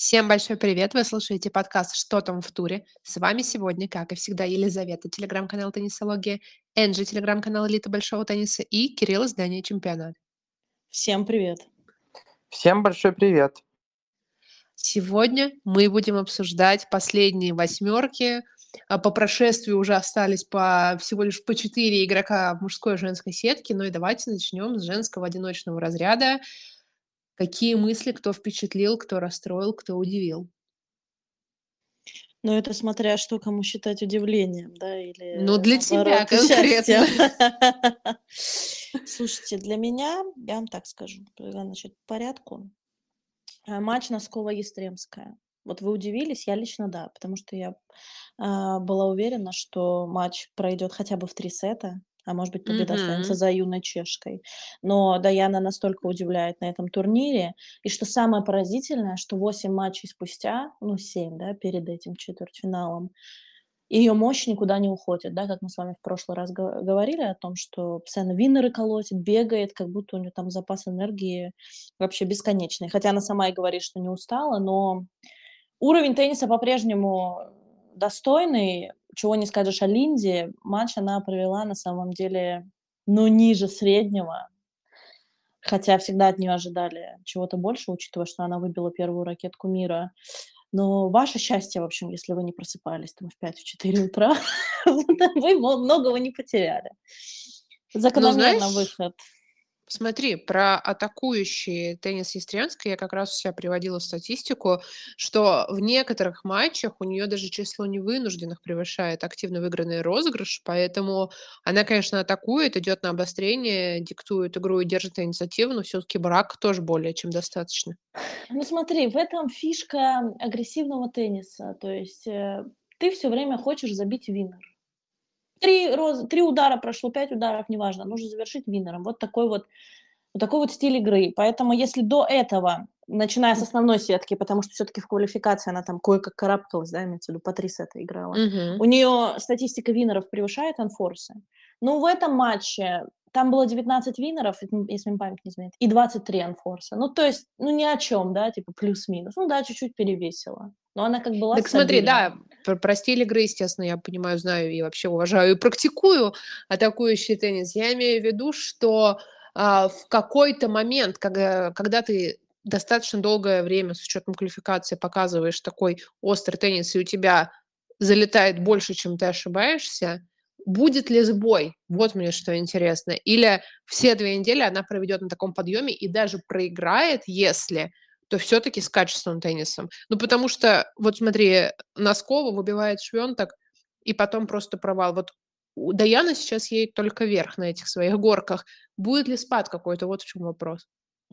Всем большой привет! Вы слушаете подкаст «Что там в туре?». С вами сегодня, как и всегда, Елизавета, телеграм-канал «Теннисология», Энджи, телеграм-канал «Элита большого тенниса» и Кирилл, издание «Чемпионат». Всем привет. Всем большой привет. Сегодня мы будем обсуждать последние восьмерки. По прошествию уже остались всего лишь по 4 игрока в мужской и женской сетке. Ну и давайте начнем с женского одиночного разряда. Какие мысли, кто впечатлил, кто расстроил, кто удивил? Но это смотря что кому считать удивлением, да, Ну, или для тебя наоборот конкретно. счастьем. Слушайте, для меня, я вам так скажу, значит, по порядку. Матч Носкова-Ястремская. Вот вы удивились, я лично да, потому что я была уверена, что матч пройдет хотя бы в 3 сета, а может быть, победа останется Мгм. за юной чешкой. Но Даяна настолько удивляет на этом турнире. И что самое поразительное, что 8 матчей спустя, ну 7, да, перед этим четвертьфиналом, ее мощь никуда не уходит, да, как мы с вами в прошлый раз говорили о том, что постоянно виннеры колотит, бегает, как будто у нее там запас энергии вообще бесконечный. Хотя она сама и говорит, что не устала, но уровень тенниса по-прежнему достойный. Чего не скажешь о Линде. Матч она провела на самом деле, ну, ниже среднего. Хотя всегда от нее ожидали чего-то больше, учитывая, что она выбила первую ракетку мира. Но ваше счастье, в общем, если вы не просыпались там в 5-4 утра, вы многого не потеряли. Ну, Закономерно знаешь, выход. смотри, про атакующий теннис Ястренской я как раз у себя приводила статистику, что в некоторых матчах у нее даже число невынужденных превышает активно выигранный розыгрыш, поэтому она, конечно, атакует, идет на обострение, диктует игру и держит инициативу, но все-таки брак тоже более чем достаточно. Ну смотри, в этом фишка агрессивного тенниса. То есть ты все время хочешь забить виннер. 3 удара прошло, 5 ударов, неважно, нужно завершить виннером. Вот такой вот стиль игры. Поэтому если до этого, начиная с основной сетки, потому что все-таки в квалификации она там кое-как карабкалась, да, имеется в виду, по 3 сета играла, Мгм. у нее статистика виннеров превышает анфорсы. Но в этом матче там было 19 виннеров, если мне память не изменяет, и 23 анфорса. Ну, то есть, ну, ни о чем, да, типа плюс-минус. Ну, да, чуть-чуть перевесила. Но она как была Так смотри, стабильна. да, про стиль игры, естественно, я понимаю, знаю и вообще уважаю, и практикую атакующий теннис. Я имею в виду, что в какой-то момент, когда ты достаточно долгое время с учетом квалификации показываешь такой острый теннис, и у тебя залетает больше, чем ты ошибаешься, будет ли сбой? Вот мне что интересно. Или все 2 недели она проведет на таком подъеме и даже проиграет, если то все-таки с качественным теннисом. Ну, потому что, вот смотри, Носкова выбивает Швенток, и потом просто провал. Вот у Даяны сейчас едет только вверх на этих своих горках. Будет ли спад какой-то? Вот в чем вопрос.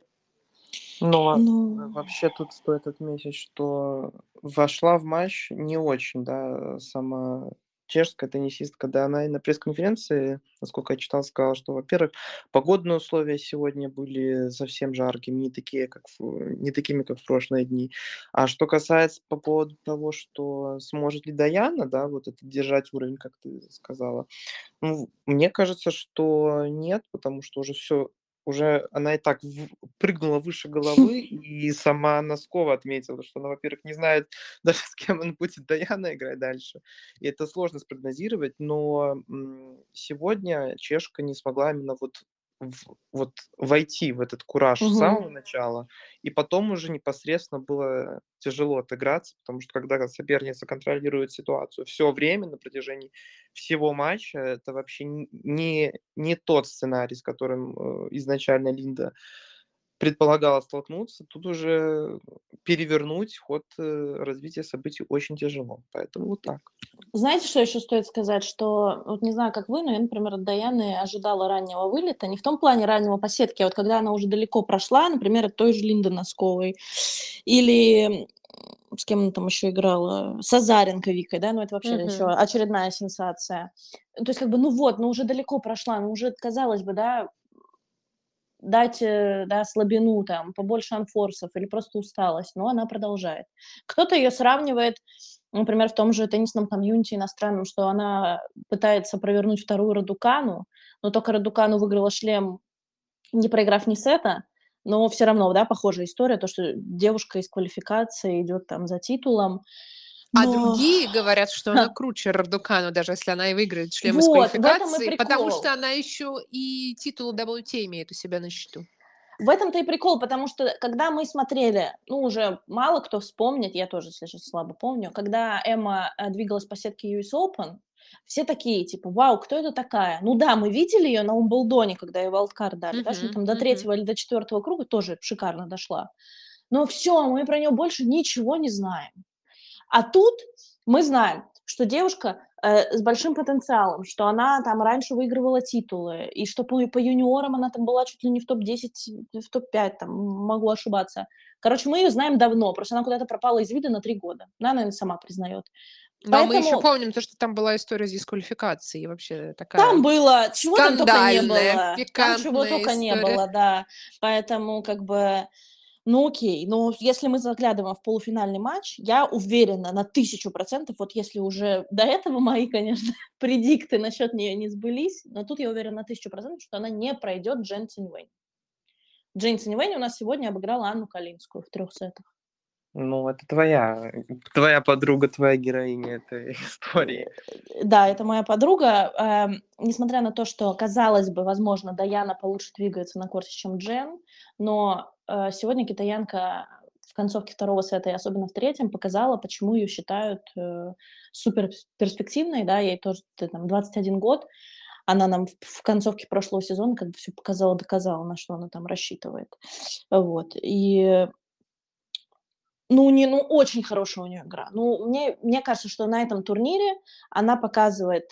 Но Ну, вообще тут стоит отметить, что вошла в матч не очень, да, сама чешская теннисистка, да, она и на пресс-конференции, насколько я читал, сказала, что, во-первых, погодные условия сегодня были совсем жаркими, не такими, как в прошлые дни. А что касается по поводу того, что сможет ли Даяна, да, вот это держать уровень, как ты сказала, ну, мне кажется, что нет, потому что уже она и так прыгнула выше головы, и сама Носкова отметила, что она, во-первых, не знает даже, с кем она будет Даяна играть дальше. И это сложно спрогнозировать, но сегодня чешка не смогла именно вот войти в этот кураж с мгм. самого начала, и потом уже непосредственно было тяжело отыграться, потому что когда соперница контролирует ситуацию все время на протяжении всего матча, это вообще не тот сценарий, с которым изначально Линда предполагала столкнуться. Тут уже перевернуть ход развития событий очень тяжело. Поэтому вот так. Знаете, что еще стоит сказать? Что, вот не знаю, как вы, но я, например, от Даяны ожидала раннего вылета. Не в том плане раннего по сетке, а вот когда она уже далеко прошла, например, от той же Линды Носковой. Или с кем она там еще играла? С Азаренко Викой, да? Ну, это вообще еще Мгм. очередная сенсация. То есть, как бы, ну вот, ну уже далеко прошла, ну уже, казалось бы, да, дать, да, слабину, там, побольше анфорсов или просто усталость, но она продолжает. Кто-то ее сравнивает, например, в том же теннисном комьюнити иностранном, что она пытается провернуть вторую Радукану, но только Радукану выиграла шлем, не проиграв ни сета, Но все равно, да, похожая история, то, что девушка из квалификации идет там за титулом. А Но другие говорят, что она круче Рардукану, даже если она и выиграет шлем из вот, в этом и квалификации, потому прикол. что она еще и титул WTA имеет у себя на счету. В этом-то и прикол, потому что когда мы смотрели, ну, уже мало кто вспомнит, я тоже, если честно, слабо помню, когда Эмма двигалась по сетке US Open, все такие, типа, вау, кто это такая? Ну да, мы видели ее на Умблдоне, когда ей вайлдкарт дали, да, что Мгм, там до мгм. 3-го или до 4-го круга тоже шикарно дошла. Но все, мы про нее больше ничего не знаем. А тут мы знаем, что девушка с большим потенциалом, что она там раньше выигрывала титулы, и что по юниорам она там была чуть ли не в топ-10, в топ-5, там, могу ошибаться. Короче, мы ее знаем давно, просто она куда-то пропала из вида на 3 года. Она, наверное, сама признает. Ну, а мы еще Поэтому помним то, что там была история с дисквалификацией, вообще там такая было, чего там только не скандальная, было, там чего пикантная только не история. было, да. Поэтому как бы ну окей, но если мы заглядываем в полуфинальный матч, я уверена на 1000%, вот если уже до этого мои, конечно, предикты насчет нее не сбылись, но тут я уверена на 1000%, что она не пройдет Джен Циньвэнь. Джен Циньвэнь у нас сегодня обыграла Анну Калинскую в 3 сетах. Ну, это твоя подруга, твоя героиня этой истории. Да, это моя подруга. Несмотря на то, что, казалось бы, возможно, Даяна получше двигается на корте, чем Джен, но сегодня китаянка в концовке 2-го сета и особенно в 3-м показала, почему ее считают супер перспективной, да, ей тоже там 21 год, она нам в концовке прошлого сезона как бы все показала, доказала, на что она там рассчитывает. Вот. И ну, очень хорошая у нее игра. Ну, мне кажется, что на этом турнире она показывает,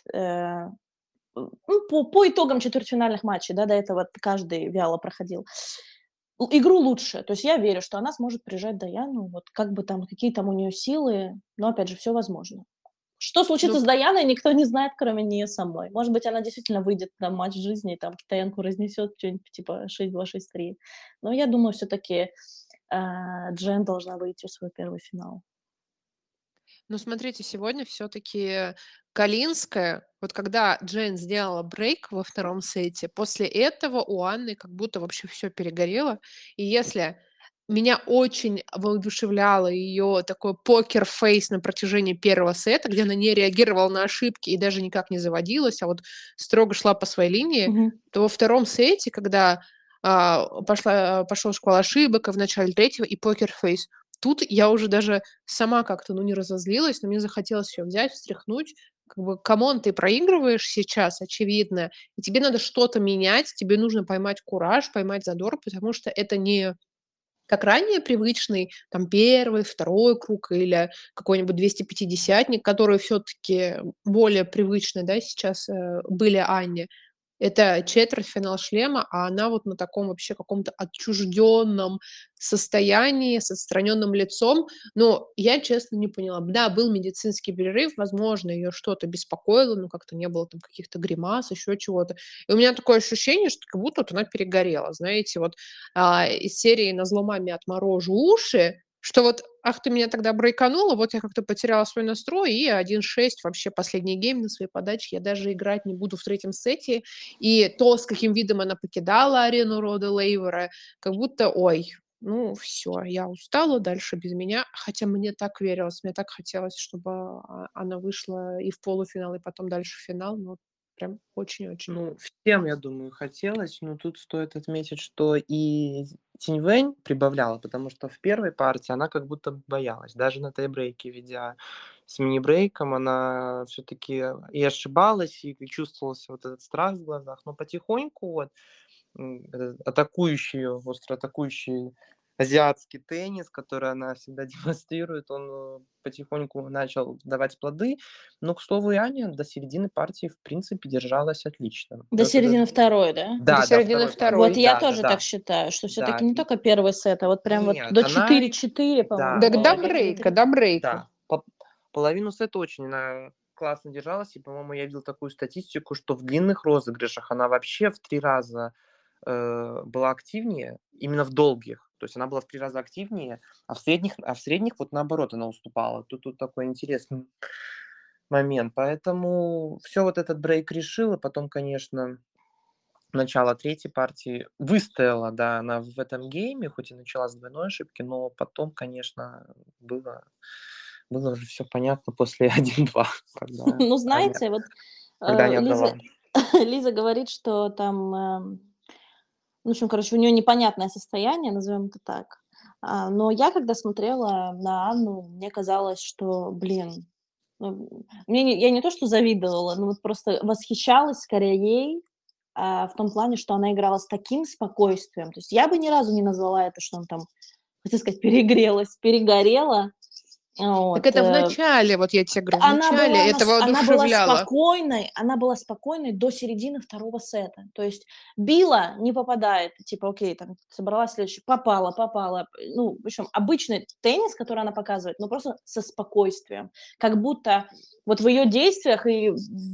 ну, по итогам четвертьфинальных матчей, да, до этого каждый вяло проходил, игру лучше. То есть я верю, что она сможет прижать Даяну, вот как бы там, какие там у нее силы, но опять же, все возможно. Что случится Ну, с Даяной, никто не знает, кроме нее самой. Может быть, она действительно выйдет на матч жизни и там китаянку разнесет что-нибудь типа 6-2, 6-3. Но я думаю, все-таки Джен должна выйти в свой первый финал. ну, смотрите, сегодня все-таки Калинская, вот когда Джейн сделала брейк во втором сете, после этого у Анны как будто вообще все перегорело. И если меня очень воодушевляло ее такой покер-фейс на протяжении первого сета, где она не реагировала на ошибки и даже никак не заводилась, а вот строго шла по своей линии, Мгм. то во втором сете, когда пошел шквал ошибок, а в начале третьего и покер-фейс, тут я уже даже сама как-то, ну, не разозлилась, но мне захотелось ее взять, встряхнуть. Как бы, камон, ты проигрываешь сейчас, очевидно, и тебе надо что-то менять, тебе нужно поймать кураж, поймать задор, потому что это не как ранее привычный, там, первый, второй круг или какой-нибудь 250-ник, которые все-таки более привычны, да, сейчас были Анне. Это четвертьфинал шлема, а она вот на таком вообще каком-то отчужденном состоянии, с отстраненным лицом. Но я, честно, не поняла. Да, был медицинский перерыв, возможно, ее что-то беспокоило, но как-то не было там каких-то гримас, еще чего-то. И у меня такое ощущение, что как будто вот она перегорела, знаете, вот из серии «Назло маме отморожу уши», что вот, ах, ты меня тогда брейканула, вот я как-то потеряла свой настрой, и 1-6 вообще последний гейм на своей подаче я даже играть не буду в третьем сете, и то, с каким видом она покидала арену Рода Лейвера, как будто, ой, ну все, я устала, дальше без меня. Хотя мне так верилось, мне так хотелось, чтобы она вышла и в полуфинал, и потом дальше в финал. Ну, прям очень-очень. Ну, всем, я думаю, хотелось, но тут стоит отметить, что и Тиньвэнь прибавляла, потому что в первой партии она как будто боялась. Даже на тайбрейке, ведя с мини-брейком, она все-таки и ошибалась, и чувствовался вот этот страх в глазах. Но потихоньку вот этот атакующий, остро атакующий азиатский теннис, который она всегда демонстрирует, он потихоньку начал давать плоды. Но, к слову, и Аня до середины партии, в принципе, держалась отлично. И До вот этот... середины второй, да? До Да, да, середины второй Вот партии, второй. я да, да, тоже так да, считаю, что все-таки да. не только первый сет, а вот прям вот Нет, до она, 4-4, по-моему, да, да, До или до брейка, 3-3. до брейка. да, половину сета очень она классно держалась, и, по-моему, я видел такую статистику, что в длинных розыгрышах она вообще в 3 раза была активнее, именно в долгих. То есть она была в 3 раза активнее, а в средних вот наоборот она уступала. Тут такой интересный момент. Поэтому все вот этот брейк решил, и потом, конечно, начало третьей партии выстояла, да, она в этом гейме, хоть и начала с двойной ошибки, но потом, конечно, было уже все понятно после 1-2, когда Ну, Аня, знаете, вот когда Аня Лиза, отдала. Лиза говорит, что там, в общем, короче, у нее непонятное состояние, назовем это так. Но я, когда смотрела на Анну, мне казалось, что, блин, я не то что завидовала, но вот просто восхищалась скорее ей, в том плане, что она играла с таким спокойствием. То есть я бы ни разу не назвала это, что он там, хотела сказать, перегрелась, перегорела. Так Вот. это в начале, вот я тебе говорю, в Она начале была, это воодушевляло. она была спокойной до середины второго сета. То есть била, не попадает, типа, окей, там, собралась следующий, попала. Ну, в общем, обычный теннис, который она показывает, но просто со спокойствием. Как будто вот в ее действиях и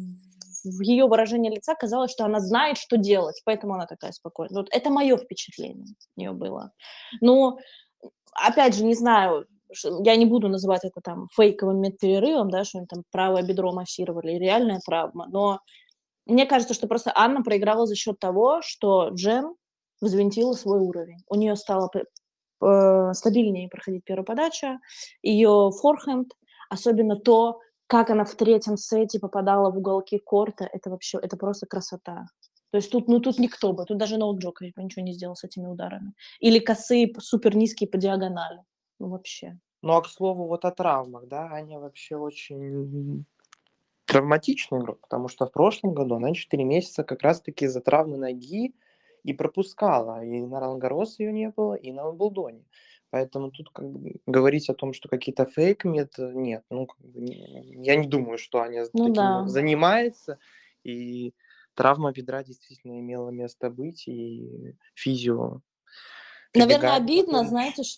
в ее выражении лица казалось, что она знает, что делать, поэтому она такая спокойная. Вот это мое впечатление у нее было. Ну, опять же, не знаю, я не буду называть это там фейковым медперерывом, да, что они там правое бедро массировали, реальная травма, но мне кажется, что просто Анна проиграла за счет того, что Джен взвинтила свой уровень. У нее стало стабильнее проходить первая подача, ее форхенд, особенно то, как она в третьем сете попадала в уголки корта, это вообще, это просто красота. То есть тут, ну, тут никто бы, тут даже Новак Джокович бы ничего не сделал с этими ударами. Или косые, супер низкие по диагонали. Ну, вообще. Ну, а к слову, вот о травмах, да, Аня вообще очень травматичный игрок, потому что в прошлом году она 4 месяца как раз-таки из-за травмы ноги и пропускала. И на Ролан-Гаррос ее не было, и на Уимблдоне. Поэтому тут как бы говорить о том, что какие-то фейк-мед, нет. Ну, как бы, я не думаю, что Аня Ну таким да. занимается. И травма бедра действительно имела место быть, и физио Наверное, прибегали на обидно, помощь. знаете,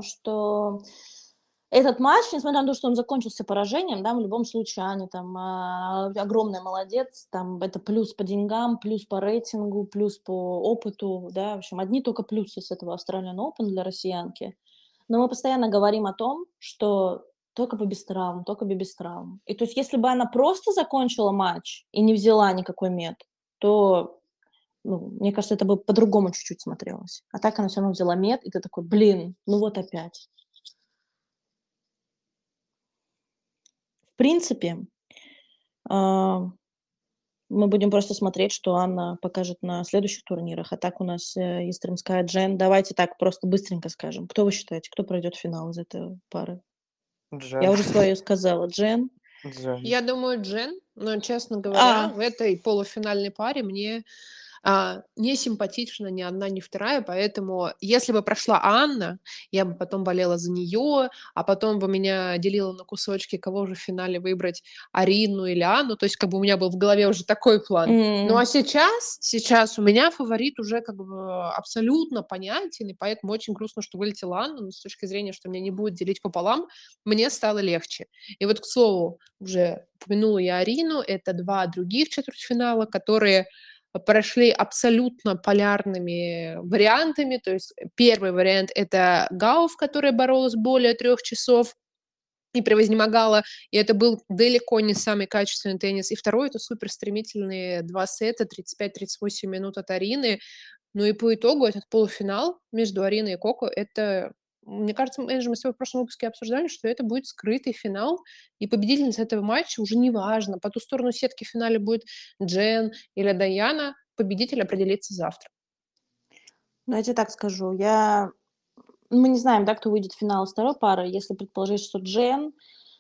что этот матч, несмотря на то, что он закончился поражением, да, в любом случае Аня там огромный молодец, там это плюс по деньгам, плюс по рейтингу, плюс по опыту, да, в общем, одни только плюсы с этого Australian Open для россиянки. Но мы постоянно говорим о том, что только бы без травм, только бы без травм. И то есть если бы она просто закончила матч и не взяла никакой мед, то, ну, мне кажется, это бы по-другому чуть-чуть смотрелось. А так она все равно взяла мед, и ты такой, блин, ну вот опять. В принципе, а, мы будем просто смотреть, что Анна покажет на следующих турнирах. А так у нас Истримская, Джен. Давайте так просто быстренько скажем. Кто вы считаете, кто пройдет в финал из этой пары? Джен. Я уже свое сказала. Джен. Джен. Я думаю, Джен, но, честно говоря, А, в этой полуфинальной паре мне не симпатична ни одна, ни вторая, поэтому если бы прошла Анна, я бы потом болела за нее, а потом бы меня делила на кусочки, кого же в финале выбрать, Арину или Анну, то есть как бы у меня был в голове уже такой план. Ну а сейчас у меня фаворит уже как бы абсолютно понятен, и поэтому очень грустно, что вылетела Анна, но с точки зрения, что меня не будет делить пополам, мне стало легче. И вот, к слову, уже упомянула я Арину, это два других четвертьфинала, которые прошли абсолютно полярными вариантами. То есть первый вариант — это Гауф, которая боролась более 3 часов и превознемогала, и это был далеко не самый качественный теннис. И второй — это суперстремительные 2 сета, 35-38 минут от Арины. Ну и по итогу этот полуфинал между Ариной и Коко — это, мне кажется, мы с тобой в прошлом выпуске обсуждали, что это будет скрытый финал, и победительница этого матча уже не важно. По ту сторону сетки в финале будет Джен или Даяна, победитель определится завтра. ну, я тебе так скажу. Мы не знаем, да, кто выйдет в финал из второй пары. Если предположить, что Джен...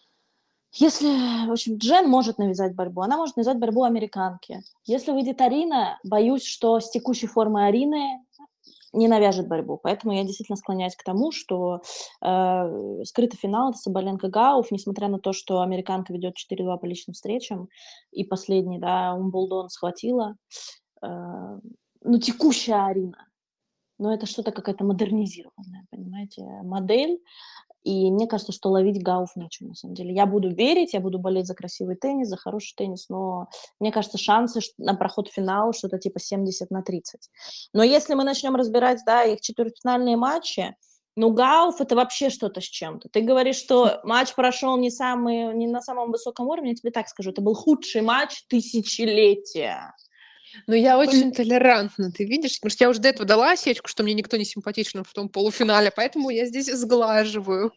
в общем, Джен может навязать борьбу. Она может навязать борьбу американке. Если выйдет Арина, боюсь, что с текущей формой Арины не навяжет борьбу. Поэтому я действительно склоняюсь к тому, что скрытый финал — это Сабаленко-Гауф, несмотря на то, что американка ведет 4-2 по личным встречам, и последний, да, Умблдон схватила. Э, ну, текущая Арина. Но это что-то какая-то модернизированная, понимаете, модель. И мне кажется, что ловить Гауф нечего, на самом деле. Я буду верить, я буду болеть за красивый теннис, за хороший теннис, но мне кажется, шансы на проход в финал что-то типа 70/30. Но если мы начнем разбирать, да, их четвертьфинальные матчи, ну, Гауф — это вообще что-то с чем-то. Ты говоришь, что матч прошел не на самом высоком уровне, я тебе так скажу, это был худший матч тысячелетия. Но я очень толерантна, ты видишь? Потому что я уже до этого дала осечку, что мне никто не симпатичен в том полуфинале, поэтому я здесь сглаживаю.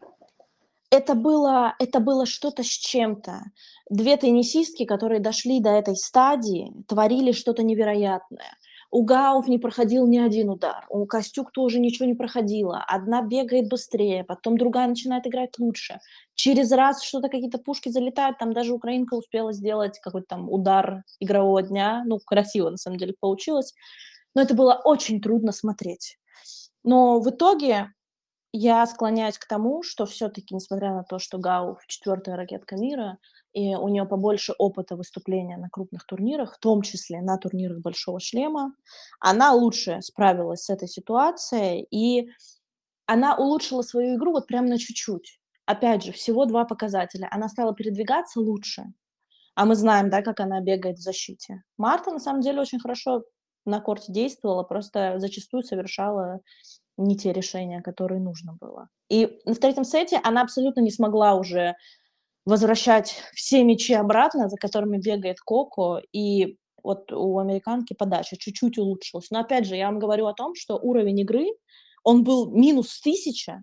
Это было что-то с чем-то. 2 теннисистки, которые дошли до этой стадии, творили что-то невероятное. У Гауф не проходил ни один удар, у Костюк тоже ничего не проходило. Одна бегает быстрее, потом другая начинает играть лучше. Через раз что-то, какие-то пушки залетают, там даже украинка успела сделать какой-то там удар игрового дня. Ну, красиво, на самом деле, получилось. Но это было очень трудно смотреть. Но в итоге я склоняюсь к тому, что все-таки, несмотря на то, что Гауф 4-я ракетка мира, и у нее побольше опыта выступления на крупных турнирах, в том числе на турнирах «Большого шлема», она лучше справилась с этой ситуацией, и она улучшила свою игру вот прям на чуть-чуть. Опять же, всего 2 показателя. Она стала передвигаться лучше, а мы знаем, да, как она бегает в защите. Марта, на самом деле, очень хорошо на корте действовала, просто зачастую совершала не те решения, которые нужно было. И в 3-м сете она абсолютно не смогла уже возвращать все мячи обратно, за которыми бегает Коко, и вот у американки подача чуть-чуть улучшилась. Но опять же, я вам говорю о том, что уровень игры, он был минус 1000.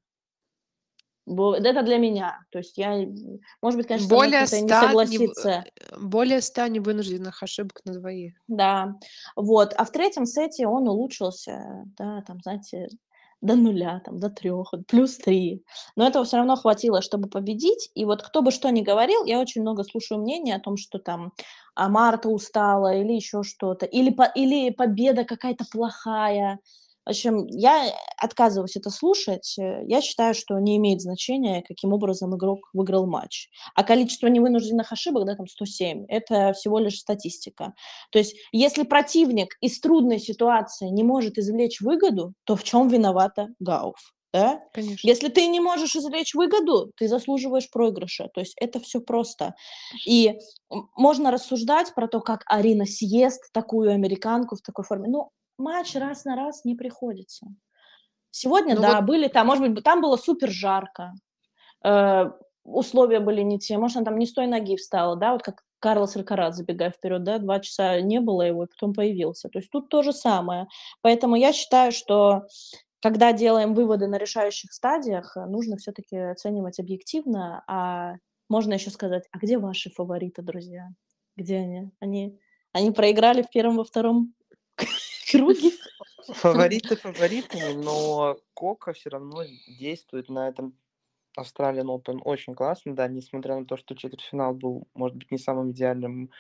Это для меня. То есть я, может быть, конечно, со мной Более кто-то и не 100 согласится. более 100 невынужденных ошибок на двоих. Да, вот. А в 3-м сете он улучшился, да, там, знаете, до 0, там, до 3, вот, +3. Но этого все равно хватило, чтобы победить. И вот кто бы что ни говорил, я очень много слушаю мнений о том, что там, Марта устала или еще что-то, или победа какая-то плохая. В общем, я отказываюсь это слушать. Я считаю, что не имеет значения, каким образом игрок выиграл матч. А количество невынужденных ошибок, да, там 107, это всего лишь статистика. То есть, если противник из трудной ситуации не может извлечь выгоду, то в чем виновата Гауф? Да? Конечно. Если ты не можешь извлечь выгоду, ты заслуживаешь проигрыша. То есть это все просто. И можно рассуждать про то, как Арина съест такую американку в такой форме. Но матч раз на раз не приходится. Сегодня, Ну да, вот были там, может быть, там было супер жарко, условия были не те, может, она там не с той ноги встала, да, вот как Карлос Алькараз, забегая вперед, да, 2 часа не было его, и потом появился. То есть тут то же самое. Поэтому я считаю, что когда делаем выводы на решающих стадиях, нужно все-таки оценивать объективно, а можно еще сказать, а где ваши фавориты, друзья? Где они? Они проиграли в 1-м, во 2-м круге? Фавориты фаворитами, но Кока все равно действует на этом Australian Open очень классно, да, несмотря на то, что четвертьфинал был, может быть, не самым идеальным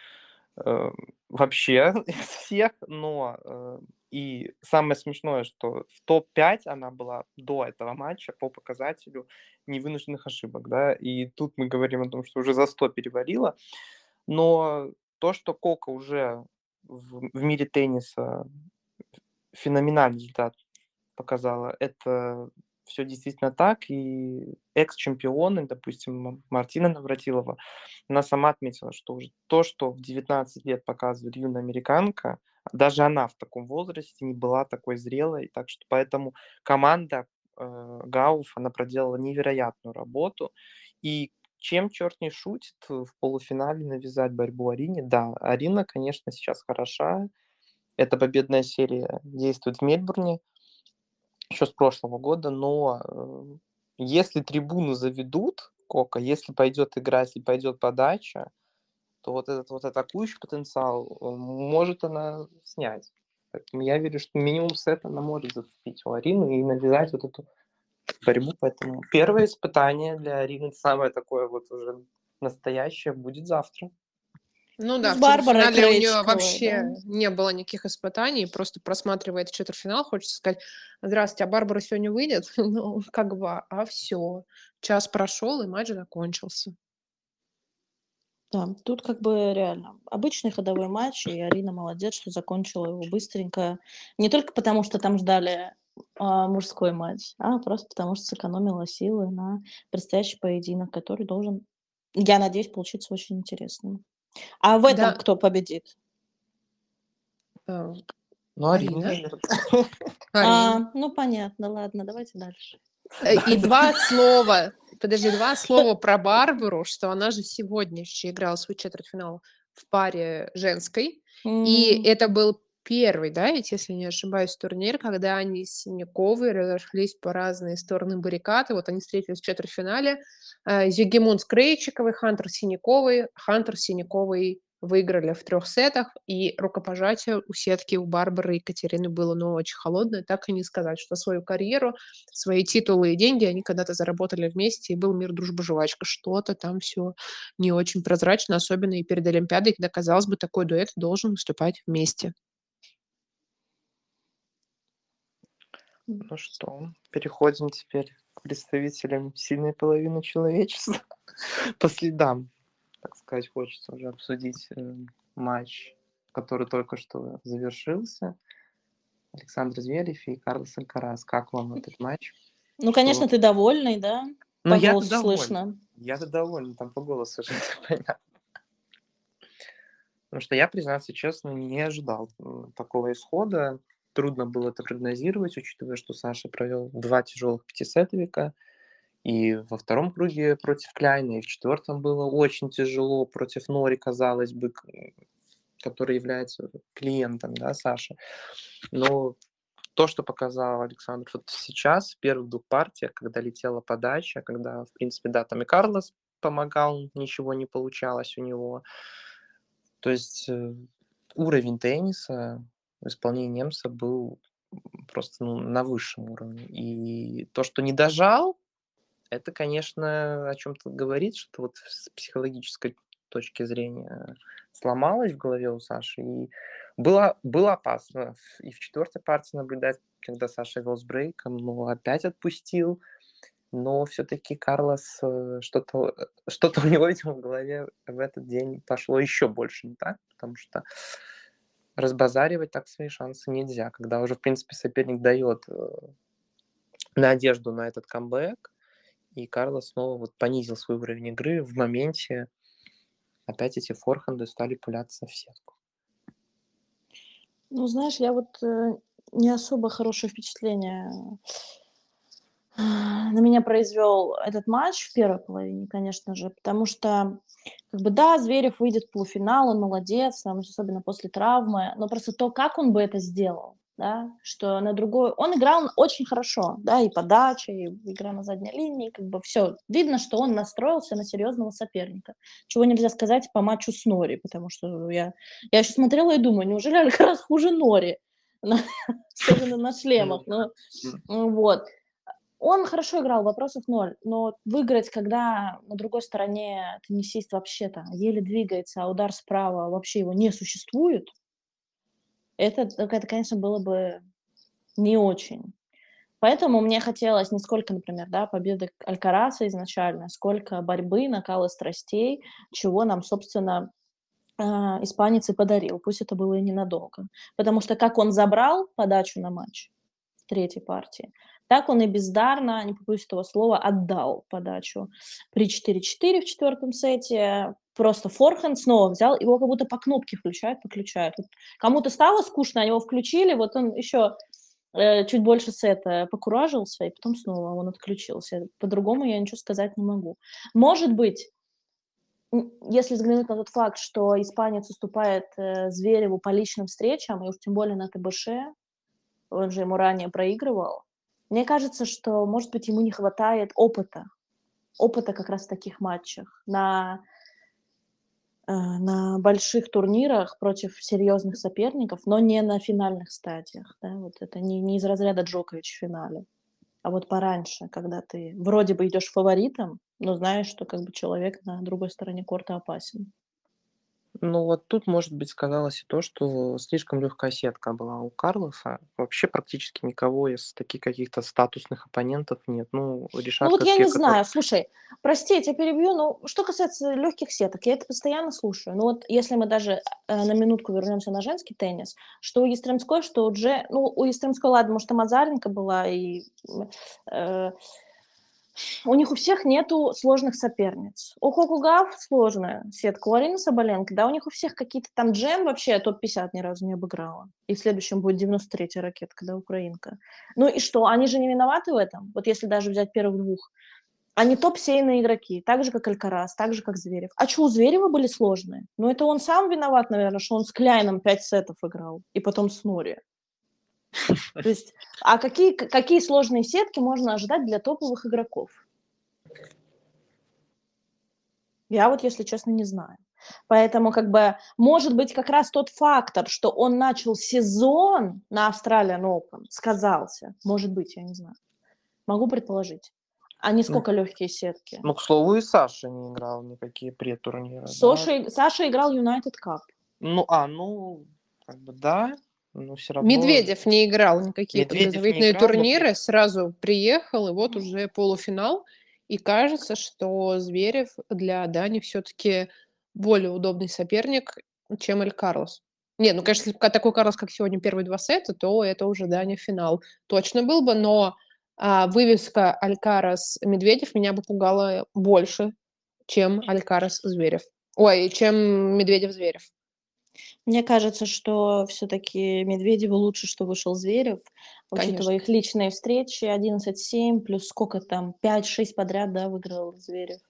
вообще из всех, но и самое смешное, что в топ-5 она была до этого матча по показателю невынужденных ошибок, да, и тут мы говорим о том, что уже за 100 перевалила, но то, что Кока уже в мире тенниса феноменальный результат показала, это все действительно так. И экс-чемпионы, допустим, Мартина Навратилова, она сама отметила, что уже то, что в 19 лет показывает юная американка, даже она в таком возрасте не была такой зрелой. Так что поэтому команда Гауф, она проделала невероятную работу. И чем черт не шутит, в полуфинале навязать борьбу Арине. Да, Арина, конечно, сейчас хороша. Эта победная серия действует в Мельбурне еще с прошлого года, но если трибуны заведут Кока, если пойдет игра, если пойдет подача, то вот этот вот атакующий потенциал может она снять. Поэтому я верю, что минимум сет она может зацепить у Арины и навязать вот эту борьбу. Поэтому первое испытание для Арины, самое такое вот уже настоящее, будет завтра. Ну Ну, да, с в Барбарой четвертьфинале у нее Крейчиковой, да. вообще не было никаких испытаний, просто просматривая этот четвертьфинал, хочется сказать: "Здравствуйте, а Барбара сегодня выйдет?" Ну, как бы, а все, час прошел и матч закончился. Да, тут как бы реально обычный ходовой матч, и Арина молодец, что закончила его быстренько. Не только потому, что там ждали, мужской матч, а просто потому, что сэкономила силы на предстоящий поединок, который должен, я надеюсь, получиться очень интересным. А в этом Да, кто победит? э, Ну, Арина, Арина, наверное. Арина. Ну понятно, ладно, давайте дальше. И 2 слова, подожди, 2 слова про Барбару, что она же сегодня еще играла свой четвертьфинал в паре женской. И М. это был первый, да, ведь, если не ошибаюсь, турнир, когда они с Синяковой разошлись по разные стороны баррикад. И вот они встретились в четвертьфинале. Зигмунд с Крейчиковой, Хантер с Синяковой. Хантер с Синяковой выиграли в 3 сетах, и рукопожатие у сетки у Барбары и Екатерины было, ну, очень холодное. Так и не сказать, что свою карьеру, свои титулы и деньги они когда-то заработали вместе, и был мир, дружба, жвачка. Что-то там все не очень прозрачно, особенно и перед Олимпиадой, когда, казалось бы, такой дуэт должен выступать вместе. Ну что, переходим теперь к представителям сильной половины человечества. По следам, так сказать, хочется уже обсудить матч, который только что завершился. Александр Зверев и Карлос Алькарас. Как вам этот матч? Ну, Что? конечно, ты довольный, да? Ну, По я-то голосу доволен. слышно. Я-то доволен, там по голосу уже понятно. Потому что я, признаться честно, не ожидал такого исхода. Трудно было это прогнозировать, учитывая, что Саша провел 2 тяжелых пятисетовика. И во втором круге против Кляйна, и в четвертом было очень тяжело против Нори, казалось бы, который является клиентом, да, Саши. Но то, что показал Александр вот сейчас, в первых 2 партиях, когда летела подача, когда, в принципе, да, там и Карлос помогал, ничего не получалось у него. То есть уровень тенниса в исполнении немца был просто на высшем уровне. И то, что не дожал, это, конечно, о чем-то говорит, что вот с психологической точки зрения сломалось в голове у Саши. И было опасно и в четвертой партии наблюдать, когда Саша вел с брейком, но опять отпустил. Но все-таки Карлос что-то у него, видимо, в голове в этот день пошло еще больше не так, потому что разбазаривать так свои шансы нельзя, когда уже, в принципе, соперник дает надежду на этот камбэк, и Карлос снова вот понизил свой уровень игры в моменте. Опять эти форхенды стали пуляться в сетку. Ну, знаешь, я вот не особо хорошее впечатление на меня произвел этот матч в первой половине, конечно же, потому что, как бы, да, Зверев выйдет в полуфинал, он молодец, там, особенно после травмы, но просто то, как он бы это сделал, да, что на другой... Он играл очень хорошо, да, и подача, и игра на задней линии, как бы все. Видно, что он настроился на серьезного соперника, чего нельзя сказать по матчу с Нори, потому что я еще смотрела и думаю, неужели Алькарас хуже Нори? Особенно на шлемах, ну, вот. Он хорошо играл, вопросов ноль, но выиграть, когда на другой стороне теннисист вообще-то еле двигается, а удар справа вообще его не существует, это, конечно, было бы не очень. Поэтому мне хотелось не сколько, например, да, победы Алькараса изначально, сколько борьбы, накала страстей, чего нам, собственно, испанец и подарил. Пусть это было и ненадолго. Потому что как он забрал подачу на матч в третьей партии, так он и бездарно, не побоюсь этого слова, отдал подачу при 4-4 в четвертом сете. Просто форхенд снова взял, его как будто по кнопке включают. Вот кому-то стало скучно, они его включили, вот он еще чуть больше сета покуражился, и потом снова он отключился. По-другому я ничего сказать не могу. Может быть, если взглянуть на тот факт, что испанец уступает Звереву по личным встречам, и уж тем более на ТБШ, он же ему ранее проигрывал, мне кажется, что, может быть, ему не хватает опыта как раз в таких матчах, на больших турнирах против серьезных соперников, но не на финальных стадиях. Да? Вот это не из разряда Джокович в финале, а вот пораньше, когда ты вроде бы идешь фаворитом, но знаешь, что как бы человек на другой стороне корта опасен. Ну вот тут, может быть, сказалось и то, что слишком легкая сетка была у Карлоса. Вообще практически никого из таких каких-то статусных оппонентов нет. Ну, Ну Ришар вот я Каске, не который... знаю, слушай, прости, я тебя перебью, но что касается легких сеток, я это постоянно слушаю. Ну вот если мы даже на минутку вернемся на женский теннис, что у Ястремской, что у ну у Ястремской, ладно, может, и Мазаренко была, и э, у них у всех нету сложных соперниц. У Хокугав сложная сетка, у Арины Соболенко, да, у них у всех какие-то там джем вообще топ-50 ни разу не обыграла. И в следующем будет 93-я ракетка, да, украинка. Ну и что, они же не виноваты в этом? Вот если даже взять первых двух. Они топ-сейные игроки, так же, как Алькарас, так же, как Зверев. А что, у Зверева были сложные? Ну, это он сам виноват, наверное, что он с Кляйном 5 сетов играл, и потом с Нори. То есть, а какие сложные сетки можно ожидать для топовых игроков? Я вот, если честно, не знаю. Поэтому, как бы, может быть, как раз тот фактор, что он начал сезон на Australian Open, сказался. Может быть, я не знаю. Могу предположить. А не сколько легкие сетки. Ну, к слову, и Саша не играл никакие предтурниры, да? Саша играл United Cup. Ну, как бы да, но все равно Медведев не играл никакие Медведев не подготовительные играл, но турниры, сразу приехал, и вот уже полуфинал. И кажется, что Зверев для Дани все-таки более удобный соперник, чем Эль Карлос. Не, ну, конечно, если такой Карлос, как сегодня, первые 2 сета, то это уже Дани финал. Точно был бы, но вывеска Алькарас-Медведев меня бы пугала больше, чем Алькарас-Зверев. Ой, чем Медведев-Зверев. Мне кажется, что все-таки Медведеву лучше, что вышел Зверев, учитывая Конечно. их личные встречи, 11-7, плюс сколько там, 5-6 подряд, да, выиграл Зверев.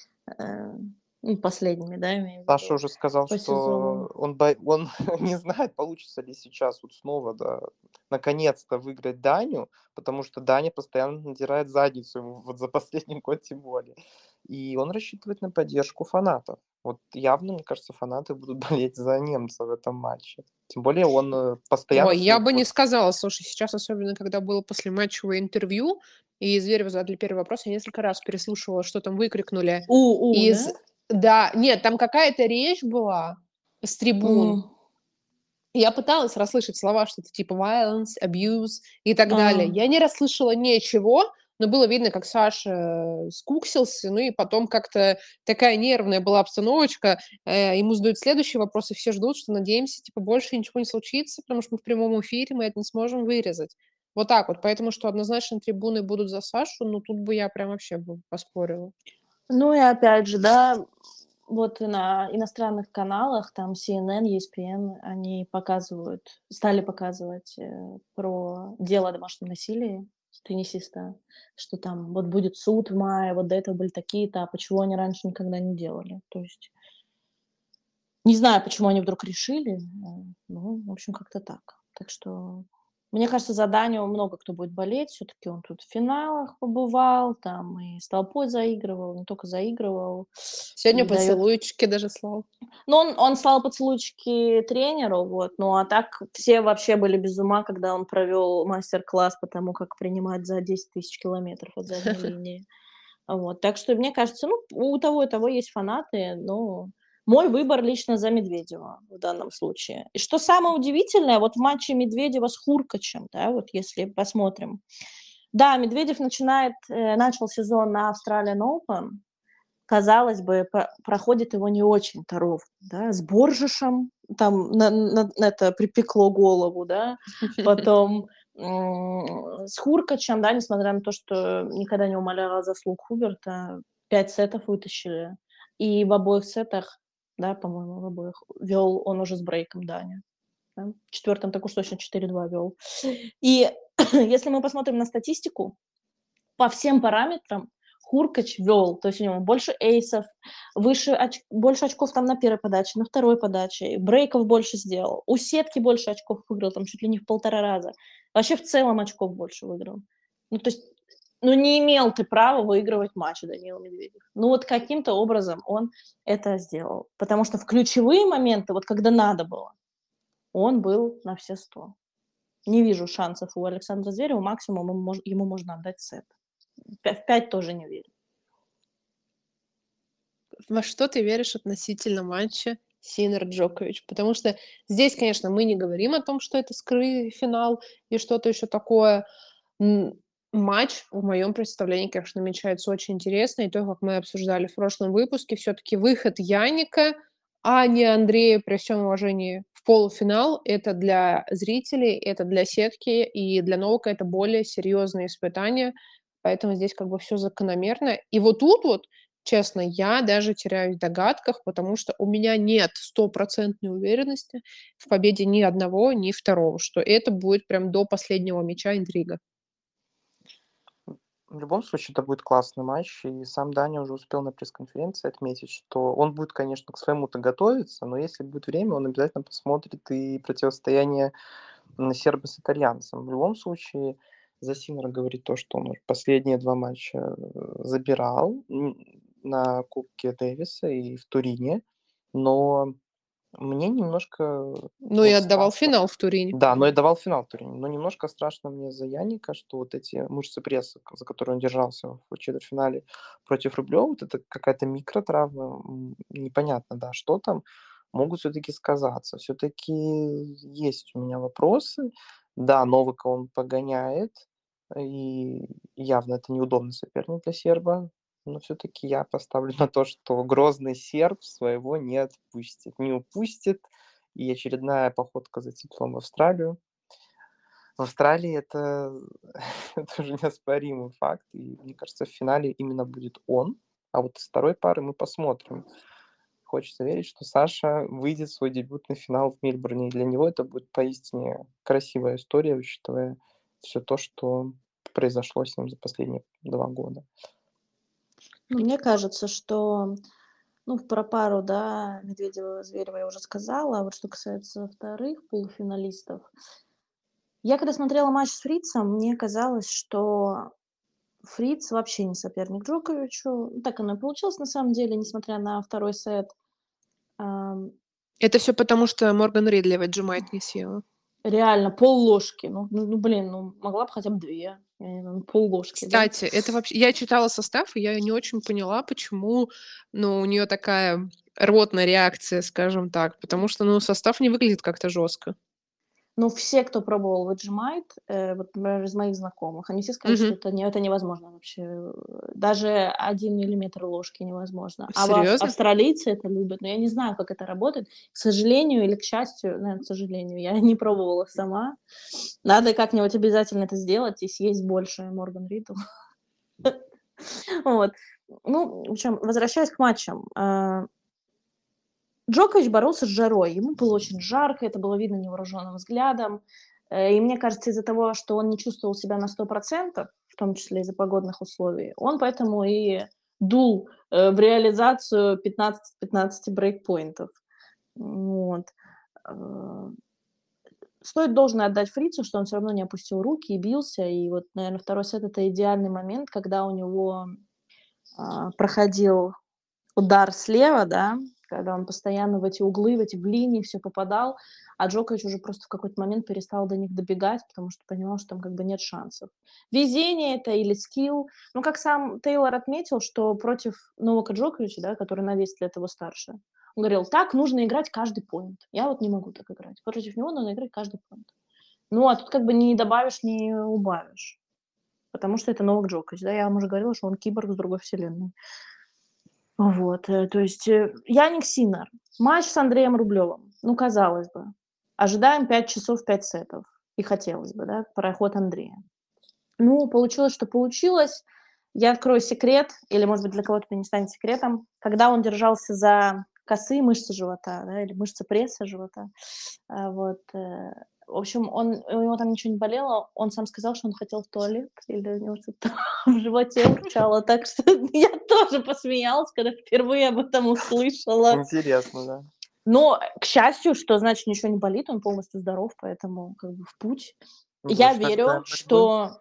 Ну, последними, да, имею в Саша виду, уже сказал, по что сезону. он не знает, получится ли сейчас вот снова, да, наконец-то выиграть Даню, потому что Даня постоянно надирает задницу ему вот за последний год тем более. И он рассчитывает на поддержку фанатов. Вот явно, мне кажется, фанаты будут болеть за немца в этом матче. Тем более он постоянно Ой, в я своих бы не вот... сказала. Слушай, сейчас, особенно когда было послематчевое интервью, и Звереву задали первый вопрос, я несколько раз переслушивала, что там выкрикнули Да? из... Да, нет, там какая-то речь была с трибун. М. Я пыталась расслышать слова, что-то типа violence, abuse и так далее. А. Я не расслышала ничего, но было видно, как Саша скуксился, ну и потом как-то такая нервная была обстановочка. Ему задают следующий вопрос, и все ждут, что, надеемся, типа, больше ничего не случится, потому что мы в прямом эфире, мы это не сможем вырезать. Вот так вот. Поэтому, что однозначно трибуны будут за Сашу, ну тут бы я прям вообще бы поспорила. Ну и опять же, да, вот на иностранных каналах, там CNN, ESPN, они стали показывать про дело о домашнем насилии теннисиста, что там вот будет суд в мае, вот до этого были такие-то, а почему они раньше никогда не делали. То есть не знаю, почему они вдруг решили, ну, в общем, как-то так. Так что, мне кажется, за Даню много кто будет болеть, все-таки он тут в финалах побывал, там и с толпой заигрывал, не только заигрывал, Сегодня и дает... поцелуйчики даже слал. Ну, он слал поцелуйчики тренеру, вот, ну, а так все вообще были без ума, когда он провел мастер-класс по тому, как принимать за 10 тысяч километров от задней линии. Вот, так что, мне кажется, ну, у того и того есть фанаты, но мой выбор лично за Медведева в данном случае. И что самое удивительное, вот в матче Медведева с Хуркачем, да, вот если посмотрим. Да, Медведев начал сезон на Australian Open, казалось бы, проходит его не очень-то ровно, да, с Боржишем, там это припекло голову, да, потом с Хуркачем, да, несмотря на то, что никогда не умаляла заслуг Хуберта, 5 сетов вытащили, и в обоих сетах, да, по-моему, в обоих, вел он уже с брейком Даня. Да? В четвертом так уж точно 4-2 вел. И если мы посмотрим на статистику, по всем параметрам Хуркач вел, то есть у него больше эйсов, больше очков там на первой подаче, на второй подаче, брейков больше сделал, у сетки больше очков выиграл, там чуть ли не в 1,5 раза. Вообще в целом очков больше выиграл. Ну, то есть, ну, не имел ты права выигрывать матч, Данила Медведев. Ну, вот каким-то образом он это сделал. Потому что в ключевые моменты, вот когда надо было, он был на все 100. Не вижу шансов у Александра Зверева, максимум ему можно отдать сет. В 5 тоже не верю. Во что ты веришь относительно матча Синнер-Джокович? Потому что здесь, конечно, мы не говорим о том, что это скрытый финал и что-то еще такое. Матч, в моем представлении, конечно, намечается очень интересно. И то, как мы обсуждали в прошлом выпуске, все-таки выход Яника, а не Андрея, при всем уважении, в полуфинал, это для зрителей, это для сетки, и для Новака это более серьезные испытания. Поэтому здесь как бы все закономерно. И вот тут вот, честно, я даже теряюсь в догадках, потому что у меня нет стопроцентной уверенности в победе ни одного, ни второго, что это будет прям до последнего мяча интрига. В любом случае, это будет классный матч, и сам Даня уже успел на пресс-конференции отметить, что он будет, конечно, к своему-то готовиться, но если будет время, он обязательно посмотрит и противостояние серба с итальянцем. В любом случае, за Синера говорит то, что он уже последние 2 матча забирал на Кубке Дэвиса и в Турине, но мне немножко Ну и вот отдавал страшно. финал в Турине. Да, но и давал финал в Турине. Но немножко страшно мне за Яника, что вот эти мышцы пресса, за которые он держался в четвертьфинале против Рублева, вот это какая-то микротравма, непонятно, да, что там, могут все-таки сказаться. Все-таки есть у меня вопросы. Да, Новака он погоняет, и явно это неудобный соперник для серба, но все-таки я поставлю на то, что грозный серб своего не отпустит, не упустит, и очередная походка за титулом в Австралию. В Австралии это, это уже неоспоримый факт, и мне кажется, в финале именно будет он, а вот из второй пары мы посмотрим. Хочется верить, что Саша выйдет в свой дебютный финал в Мельбурне, и для него это будет поистине красивая история, учитывая все то, что произошло с ним за последние 2 года. Ну, мне кажется, что, ну, про пару, да, Медведева-Зверева я уже сказала, а вот что касается вторых полуфиналистов. Я когда смотрела матч с Фрицем, мне казалось, что Фриц вообще не соперник Джоковичу. Ну, так оно и получилось на самом деле, несмотря на второй сет. Ам, Это все потому, что Морган Ридли в отжимать не съела. Реально пол-ложки. Блин, могла бы хотя бы 2. Я не знаю, пол-ложки, да? Кстати, это вообще... Я читала состав, и я не очень поняла, почему, ну, у нее такая рвотная реакция, скажем так, потому что, ну, состав не выглядит как-то жестко. Ну, все, кто пробовал Vegemite, вот, например, из моих знакомых, они все сказали, что это невозможно вообще. Даже 1 миллиметр ложки невозможно. А Серьезно? австралийцы это любят. Но я не знаю, как это работает. К сожалению или к счастью, наверное, к сожалению, я не пробовала сама. Надо как-нибудь обязательно это сделать и съесть больше Морган Ридл. Вот. Ну, в общем, возвращаясь к матчам. Джокович боролся с жарой. Ему было очень жарко, это было видно невооруженным взглядом. И мне кажется, из-за того, что он не чувствовал себя на 100%, в том числе из-за погодных условий, он поэтому и дул в реализацию 15 брейкпоинтов. Вот. Э, Стоит должное отдать Фрицу, что он все равно не опустил руки и бился. И вот, наверное, второй сет — это идеальный момент, когда у него проходил удар слева, да, когда он постоянно в эти углы, в эти в линии все попадал, а Джокович уже просто в какой-то момент перестал до них добегать, потому что понимал, что там как бы нет шансов. Везение это или скилл. Ну, как сам Тейлор отметил, что против Новака Джоковича, да, который на 10 лет его старше, он говорил, так нужно играть каждый поинт. Я вот не могу так играть. Против него надо играть каждый поинт. Ну, а тут как бы не добавишь, не убавишь. Потому что это Новак Джокович, да, я вам уже говорила, что он киборг с другой вселенной. Вот, то есть, Яник Синер. Матч с Андреем Рублевым. Ну, казалось бы. Ожидаем 5 часов, 5 сетов. И хотелось бы, да, проход Андрея. Ну, получилось, что получилось. Я открою секрет, или, может быть, для кого-то это не станет секретом. Когда он держался за косые мышцы живота, да, или мышцы пресса живота, вот, в общем, у него там ничего не болело, он сам сказал, что он хотел в туалет, или у него что-то в животе урчало, так что я тоже посмеялась, когда впервые об этом услышала. Интересно, да. Но, к счастью, что значит ничего не болит, он полностью здоров, поэтому как бы в путь. Ну, Я что верю, ожидаем борьбы. что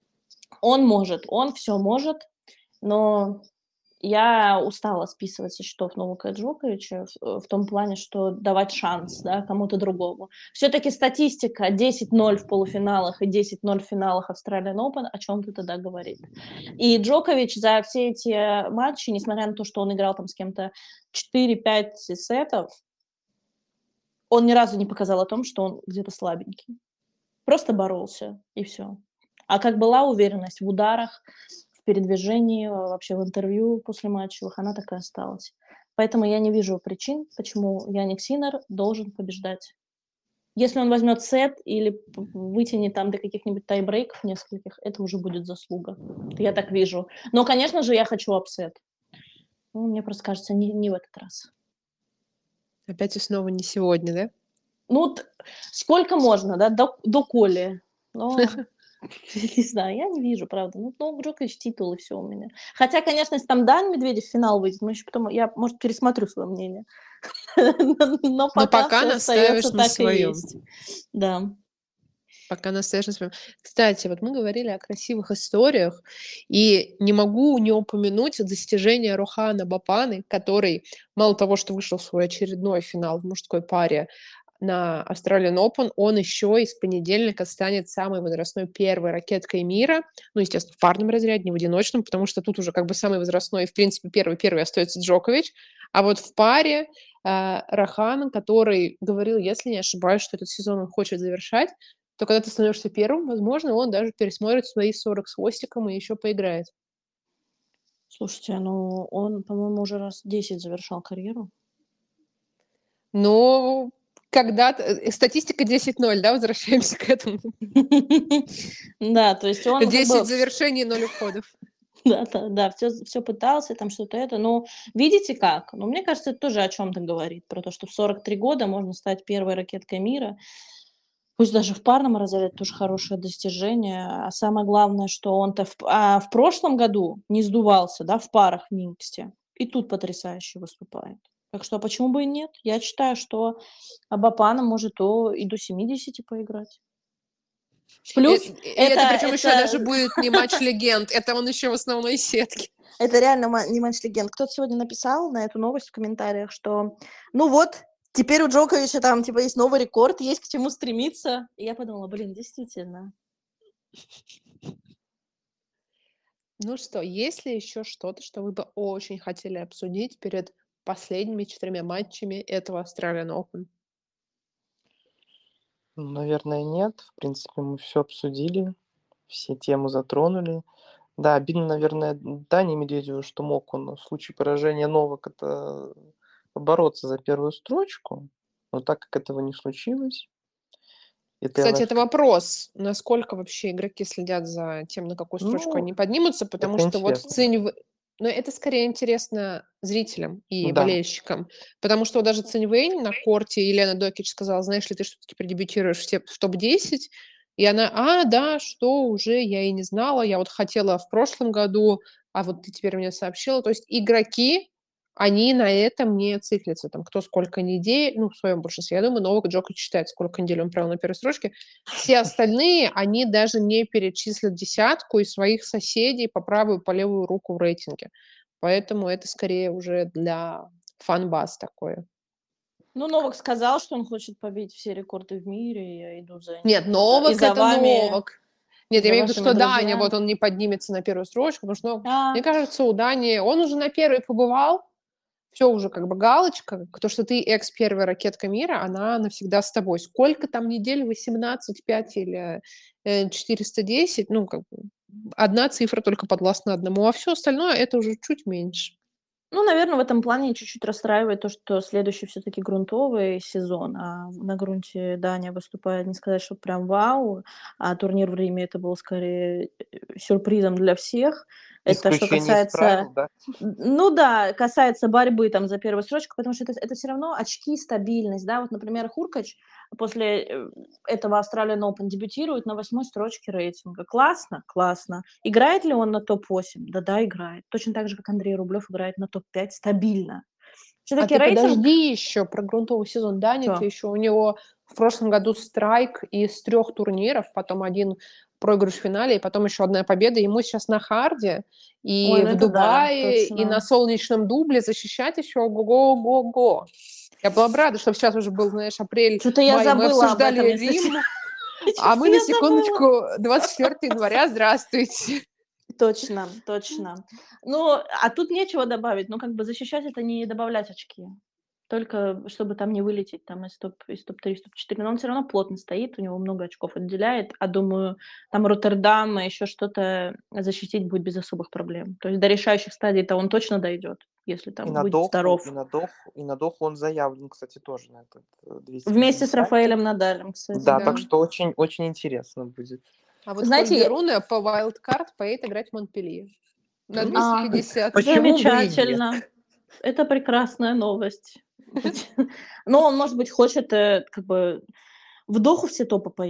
он все может, но я устала списывать со счетов Новака Джоковича в том плане, что давать шанс, да, кому-то другому. Все-таки статистика 10-0 в полуфиналах и 10-0 в финалах Australian Open о чем-то тогда говорит. И Джокович за все эти матчи, несмотря на то, что он играл там с кем-то 4-5 сетов, он ни разу не показал о том, что он где-то слабенький. Просто боролся, и все. А как была уверенность в ударах, в передвижении, вообще в интервью после матчевых, она так и осталась. Поэтому я не вижу причин, почему Яник Синер должен побеждать. Если он возьмет сет или вытянет там до каких-нибудь тайбрейков нескольких, это уже будет заслуга. Я так вижу. Но, конечно же, я хочу апсет. Ну, мне просто кажется, не в этот раз. Опять и снова не сегодня, да? Ну, сколько можно, да, до Коли. Но Не знаю, я не вижу, правда. Ну, Джокович титул, и все у меня. Хотя, конечно, если там Дан Медведев в финал выйдет, мы еще потом, я, может, пересмотрю свое мнение. Но Но пока пока все остается настаиваешь на так и своем. есть. Да. Пока настаиваешь на своем. Кстати, вот мы говорили о красивых историях, и не могу не упомянуть достижение Рохана Бапаны, который мало того, что вышел в свой очередной финал в мужской паре на Australian Open, он еще и с понедельника станет самой возрастной первой ракеткой мира, ну, естественно, в парном разряде, не в одиночном, потому что тут уже как бы самый возрастной, в принципе, первый остается Джокович, а вот в паре Рахан, который говорил, если не ошибаюсь, что этот сезон он хочет завершать, то когда ты становишься первым, возможно, он даже пересмотрит свои 40 с хвостиком и еще поиграет. Слушайте, ну он, по-моему, уже раз 10 завершал карьеру. Но когда-то... Статистика 10-0, да, возвращаемся к этому. Да, то есть он как 10 бы... завершений, 0 уходов. Да, все пытался, там что-то это. Но видите как? Ну, мне кажется, это тоже о чем-то говорит. Про то, что в 43 года можно стать первой ракеткой мира. Пусть даже в парном разряде тоже хорошее достижение. А самое главное, что он-то в прошлом году не сдувался, да, в парах в миксте. И тут потрясающе выступает. Так что почему бы и нет? Я считаю, что Абапана может и до 70 поиграть. Плюс И это причем еще даже это, будет не матч легенд, это он еще в основной сетке. это реально не матч легенд. Кто-то сегодня написал на эту новость в комментариях, что ну вот, теперь у Джоковича там типа есть новый рекорд, есть к чему стремиться. И я подумала, блин, действительно. Ну что, есть ли еще что-то, что вы бы очень хотели обсудить перед последними 4 матчами этого Australian Open? Ну, наверное, нет. В принципе, мы все обсудили, все темы затронули. Да, обидно, наверное, Дане Медведеву, что мог он в случае поражения Новака-то побороться за первую строчку, но так как этого не случилось, это я Кстати, это вас... вопрос, насколько вообще игроки следят за тем, на какую строчку Ну, они поднимутся, потому это что вот интересно. Цинь... Но это скорее интересно зрителям и Да, болельщикам, потому что вот даже Цинь Вэнь на корте Елена Докич сказала, знаешь ли, ты что-таки предебютируешь в топ-10, и она, да, что уже, я и не знала, я вот хотела в прошлом году, а вот ты теперь мне сообщила. То есть игроки, они на этом не циклятся, там, кто сколько недель, ну, в своем большинстве. Я думаю, Новак Джокович считает, сколько недель он провел на первой строчке. Все остальные, они даже не перечислят десятку из своих соседей по правую, по левую руку в рейтинге. Поэтому это скорее уже для фан-баз такое. Ну, Новак сказал, что он хочет побить все рекорды в мире, и я иду за Нет, ним. И Новак за это вами, Новак. и Нет, я за имею в виду, вашими что Даня, вот друзьями. он не поднимется на первую строчку, потому что, мне А, кажется, у Дани, он уже на первой побывал, все уже как бы галочка, то, что ты экс-первая ракетка мира, она навсегда с тобой. Сколько там недель? 18, 5 или 410? Ну, как бы одна цифра только подвластна одному, а все остальное это уже чуть меньше. ну, наверное, в этом плане чуть-чуть расстраивает то, что следующий все-таки грунтовый сезон, а на грунте Даня выступает, не сказать, что прям вау, а турнир в Риме это был скорее сюрпризом для всех. Это что исключение из касается, правил, да. ну да, касается борьбы там за первую строчку, потому что это все равно очки, стабильность, да, вот, например, Хуркач после этого Australian Open дебютирует на 8-й строчке рейтинга. Классно? Классно. Играет ли он на топ-8? Да, играет. Точно так же, как Андрей Рублев играет на топ-5 стабильно. А Все-таки ты рейтинг... подожди еще про грунтовый сезон. Даня-то Что? еще у него в прошлом году страйк из 3 турниров, потом один проигрыш в финале, и потом еще одна победа. Ему сейчас на харде, Ой, и ну в это да, Дубае, и на точно. солнечном дубле защищать еще ого-го-го. Я была бы рада, чтобы сейчас уже был, знаешь, апрель, Что-то я май, мы забыла об этом, обсуждали если Рим, честно. а Что-то мы на я забыла. секундочку 24 января, здравствуйте. Точно, точно. Ну, а тут нечего добавить. Ну, как бы защищать — это не добавлять очки. Только чтобы там не вылететь там из топ-3, из топ-4. Но он все равно плотно стоит, у него много очков отделяет. А думаю, там Роттердам и еще что-то защитить будет без особых проблем. То есть до решающих стадий-то он точно дойдет, если И там на будет Доху, здоров. и на Доху, и на Доху он заявлен, кстати, тоже на этот Вместе с 250. Рафаэлем Надалем, кстати, Да, так да. Да. что очень, очень интересно будет. А вот Знаете, Хольгер Руне по wildcard поедет играть в Монпелье на а, 250. Почему бы и нет? замечательно. Это прекрасная новость. Но он, может быть, хочет, как бы в Доху все топы поедут.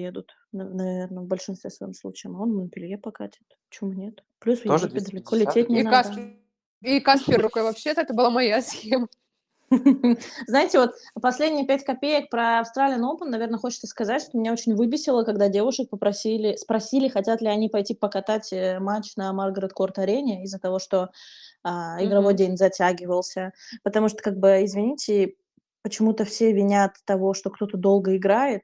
наверное, в большинстве своем случаев. А он в Монпелье покатит. Почему нет? Плюс в Тоже Европе далеко 250 лететь не И надо. Каспер, и Каспер рукой. Вообще-то это была моя схема. Знаете, вот последние 5 копеек про Australian Open, наверное, хочется сказать, что меня очень выбесило, когда девушек спросили, хотят ли они пойти покатать матч на Маргарет Корт-арене из-за того, что игровой Мгм. день затягивался. Потому что, как бы, извините, почему-то все винят того, что кто-то долго играет,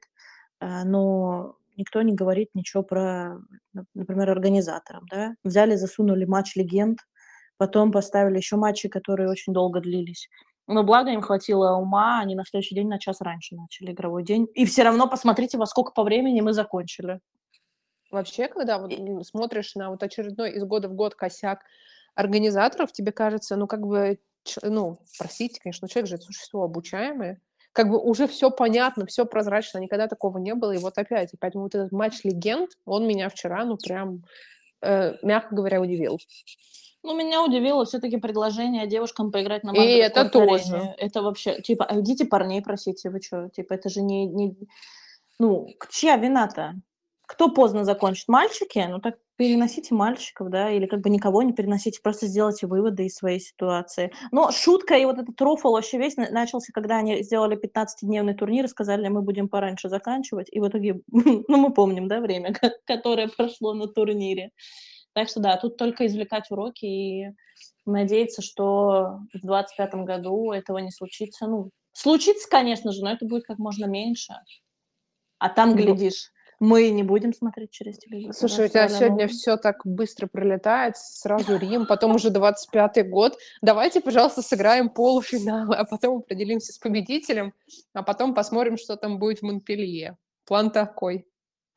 но никто не говорит ничего про, например, организаторов, да. Взяли, засунули матч легенд, потом поставили еще матчи, которые очень долго длились. Но благо им хватило ума, они на следующий день на час раньше начали игровой день. И все равно посмотрите, во сколько по времени мы закончили. Вообще, когда вот, И смотришь на вот очередной из года в год косяк организаторов, тебе кажется, ну, как бы, ну, простите, конечно, человек же это существо обучаемое, как бы уже все понятно, все прозрачно, никогда такого не было, и вот опять. И поэтому вот этот матч легенд, он меня вчера, ну, прям, мягко говоря, удивил. Ну, меня удивило все таки предложение девушкам поиграть на И Маргарет это тоже. Корт-арене. Это вообще, типа, идите парней просите, вы чё? Типа, это же не ну, чья вина-то? Кто поздно закончит? Мальчики? Ну, так переносите мальчиков, да, или как бы никого не переносите, просто сделайте выводы из своей ситуации. Но шутка и вот этот рофл вообще весь начался, когда они сделали 15-дневный турнир и сказали, мы будем пораньше заканчивать, и в итоге, ну, мы помним, да, время, которое прошло на турнире. Так что да, тут только извлекать уроки и надеяться, что в 25-м году этого не случится. Ну, случится, конечно же, но это будет как можно меньше. А там, Ну, глядишь, мы не будем смотреть через телевизор слушай, у тебя Australian сегодня Open. все так быстро пролетает, сразу Рим, потом уже 25-й год. Давайте, пожалуйста, сыграем полуфиналы, а потом определимся с победителем, а потом посмотрим, что там будет в Монпелье. План такой.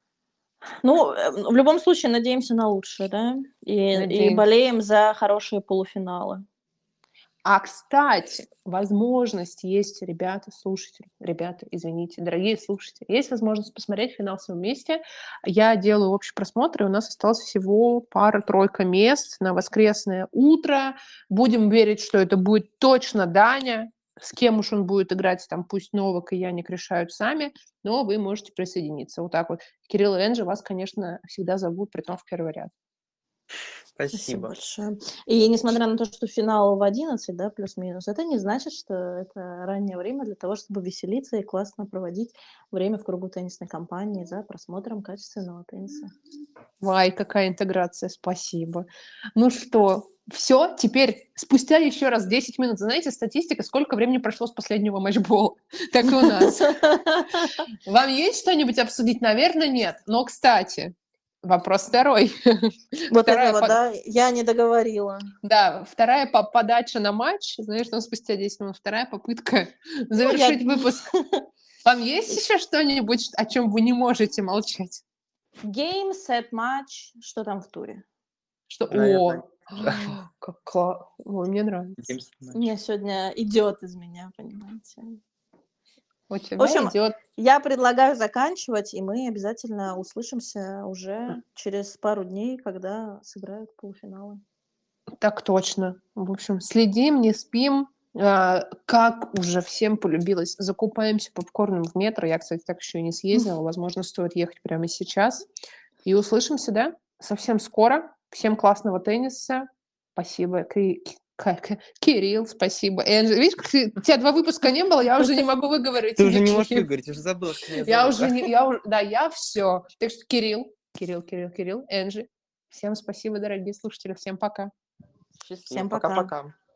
Ну, в любом случае, надеемся на лучшее, да, и Надеемся. болеем за хорошие полуфиналы. А, кстати, возможность есть, ребята, слушатели, ребята, извините, дорогие слушатели, есть возможность посмотреть финал все вместе. Я делаю общий просмотр, и у нас осталось всего пара-тройка мест на воскресное утро. Будем верить, что это будет точно Даня. С кем уж он будет играть, там пусть Новак и Яник решают сами, но вы можете присоединиться. Вот так вот. Кирилл и Энджи вас, конечно, всегда зовут, притом в первый ряд. Спасибо Спасибо. большое. И несмотря на то, что финал в 11, да, плюс-минус, это не значит, что это раннее время для того, чтобы веселиться и классно проводить время в кругу теннисной компании за просмотром качественного тенниса. Вай, какая интеграция, спасибо. Ну что, все, теперь спустя еще раз 10 минут. Знаете, статистика, сколько времени прошло с последнего матчбола? Так и у нас. Вам есть что-нибудь обсудить? Наверное, нет. Но, кстати, вопрос второй. Вот это Вторая, вот, да, я не договорила. да, вторая подача на матч, знаешь, там спустя 10 минут, вторая попытка Ну, я... завершить выпуск. Вам есть еще что-нибудь, о чем вы не можете молчать? Game, set, match. Что там в туре? Что, Наверное, как классно. Ой, мне нравится. Геймс матч. Мне сегодня идет из меня, понимаете. У В тебя общем, идет. я предлагаю заканчивать, и мы обязательно услышимся уже через пару дней, когда сыграют полуфиналы. Так точно. В общем, следим, не спим. Как уже всем полюбилось, закупаемся попкорном в метро. Я, кстати, так еще и не съездила. Возможно, стоит ехать прямо сейчас. И услышимся, да? Совсем скоро. Всем классного тенниса. Спасибо. Кирилл, спасибо. Энджи, видишь, как у тебя 2 выпуска не было, я уже не могу выговорить. Ты уже не можешь Кирилл. выговорить, уже забыла, как меня Я зовут. уже не, да, я все. Так что Кирилл, Энджи. Всем спасибо, дорогие слушатели. Всем пока. Счастливо. Всем пока. Пока-пока.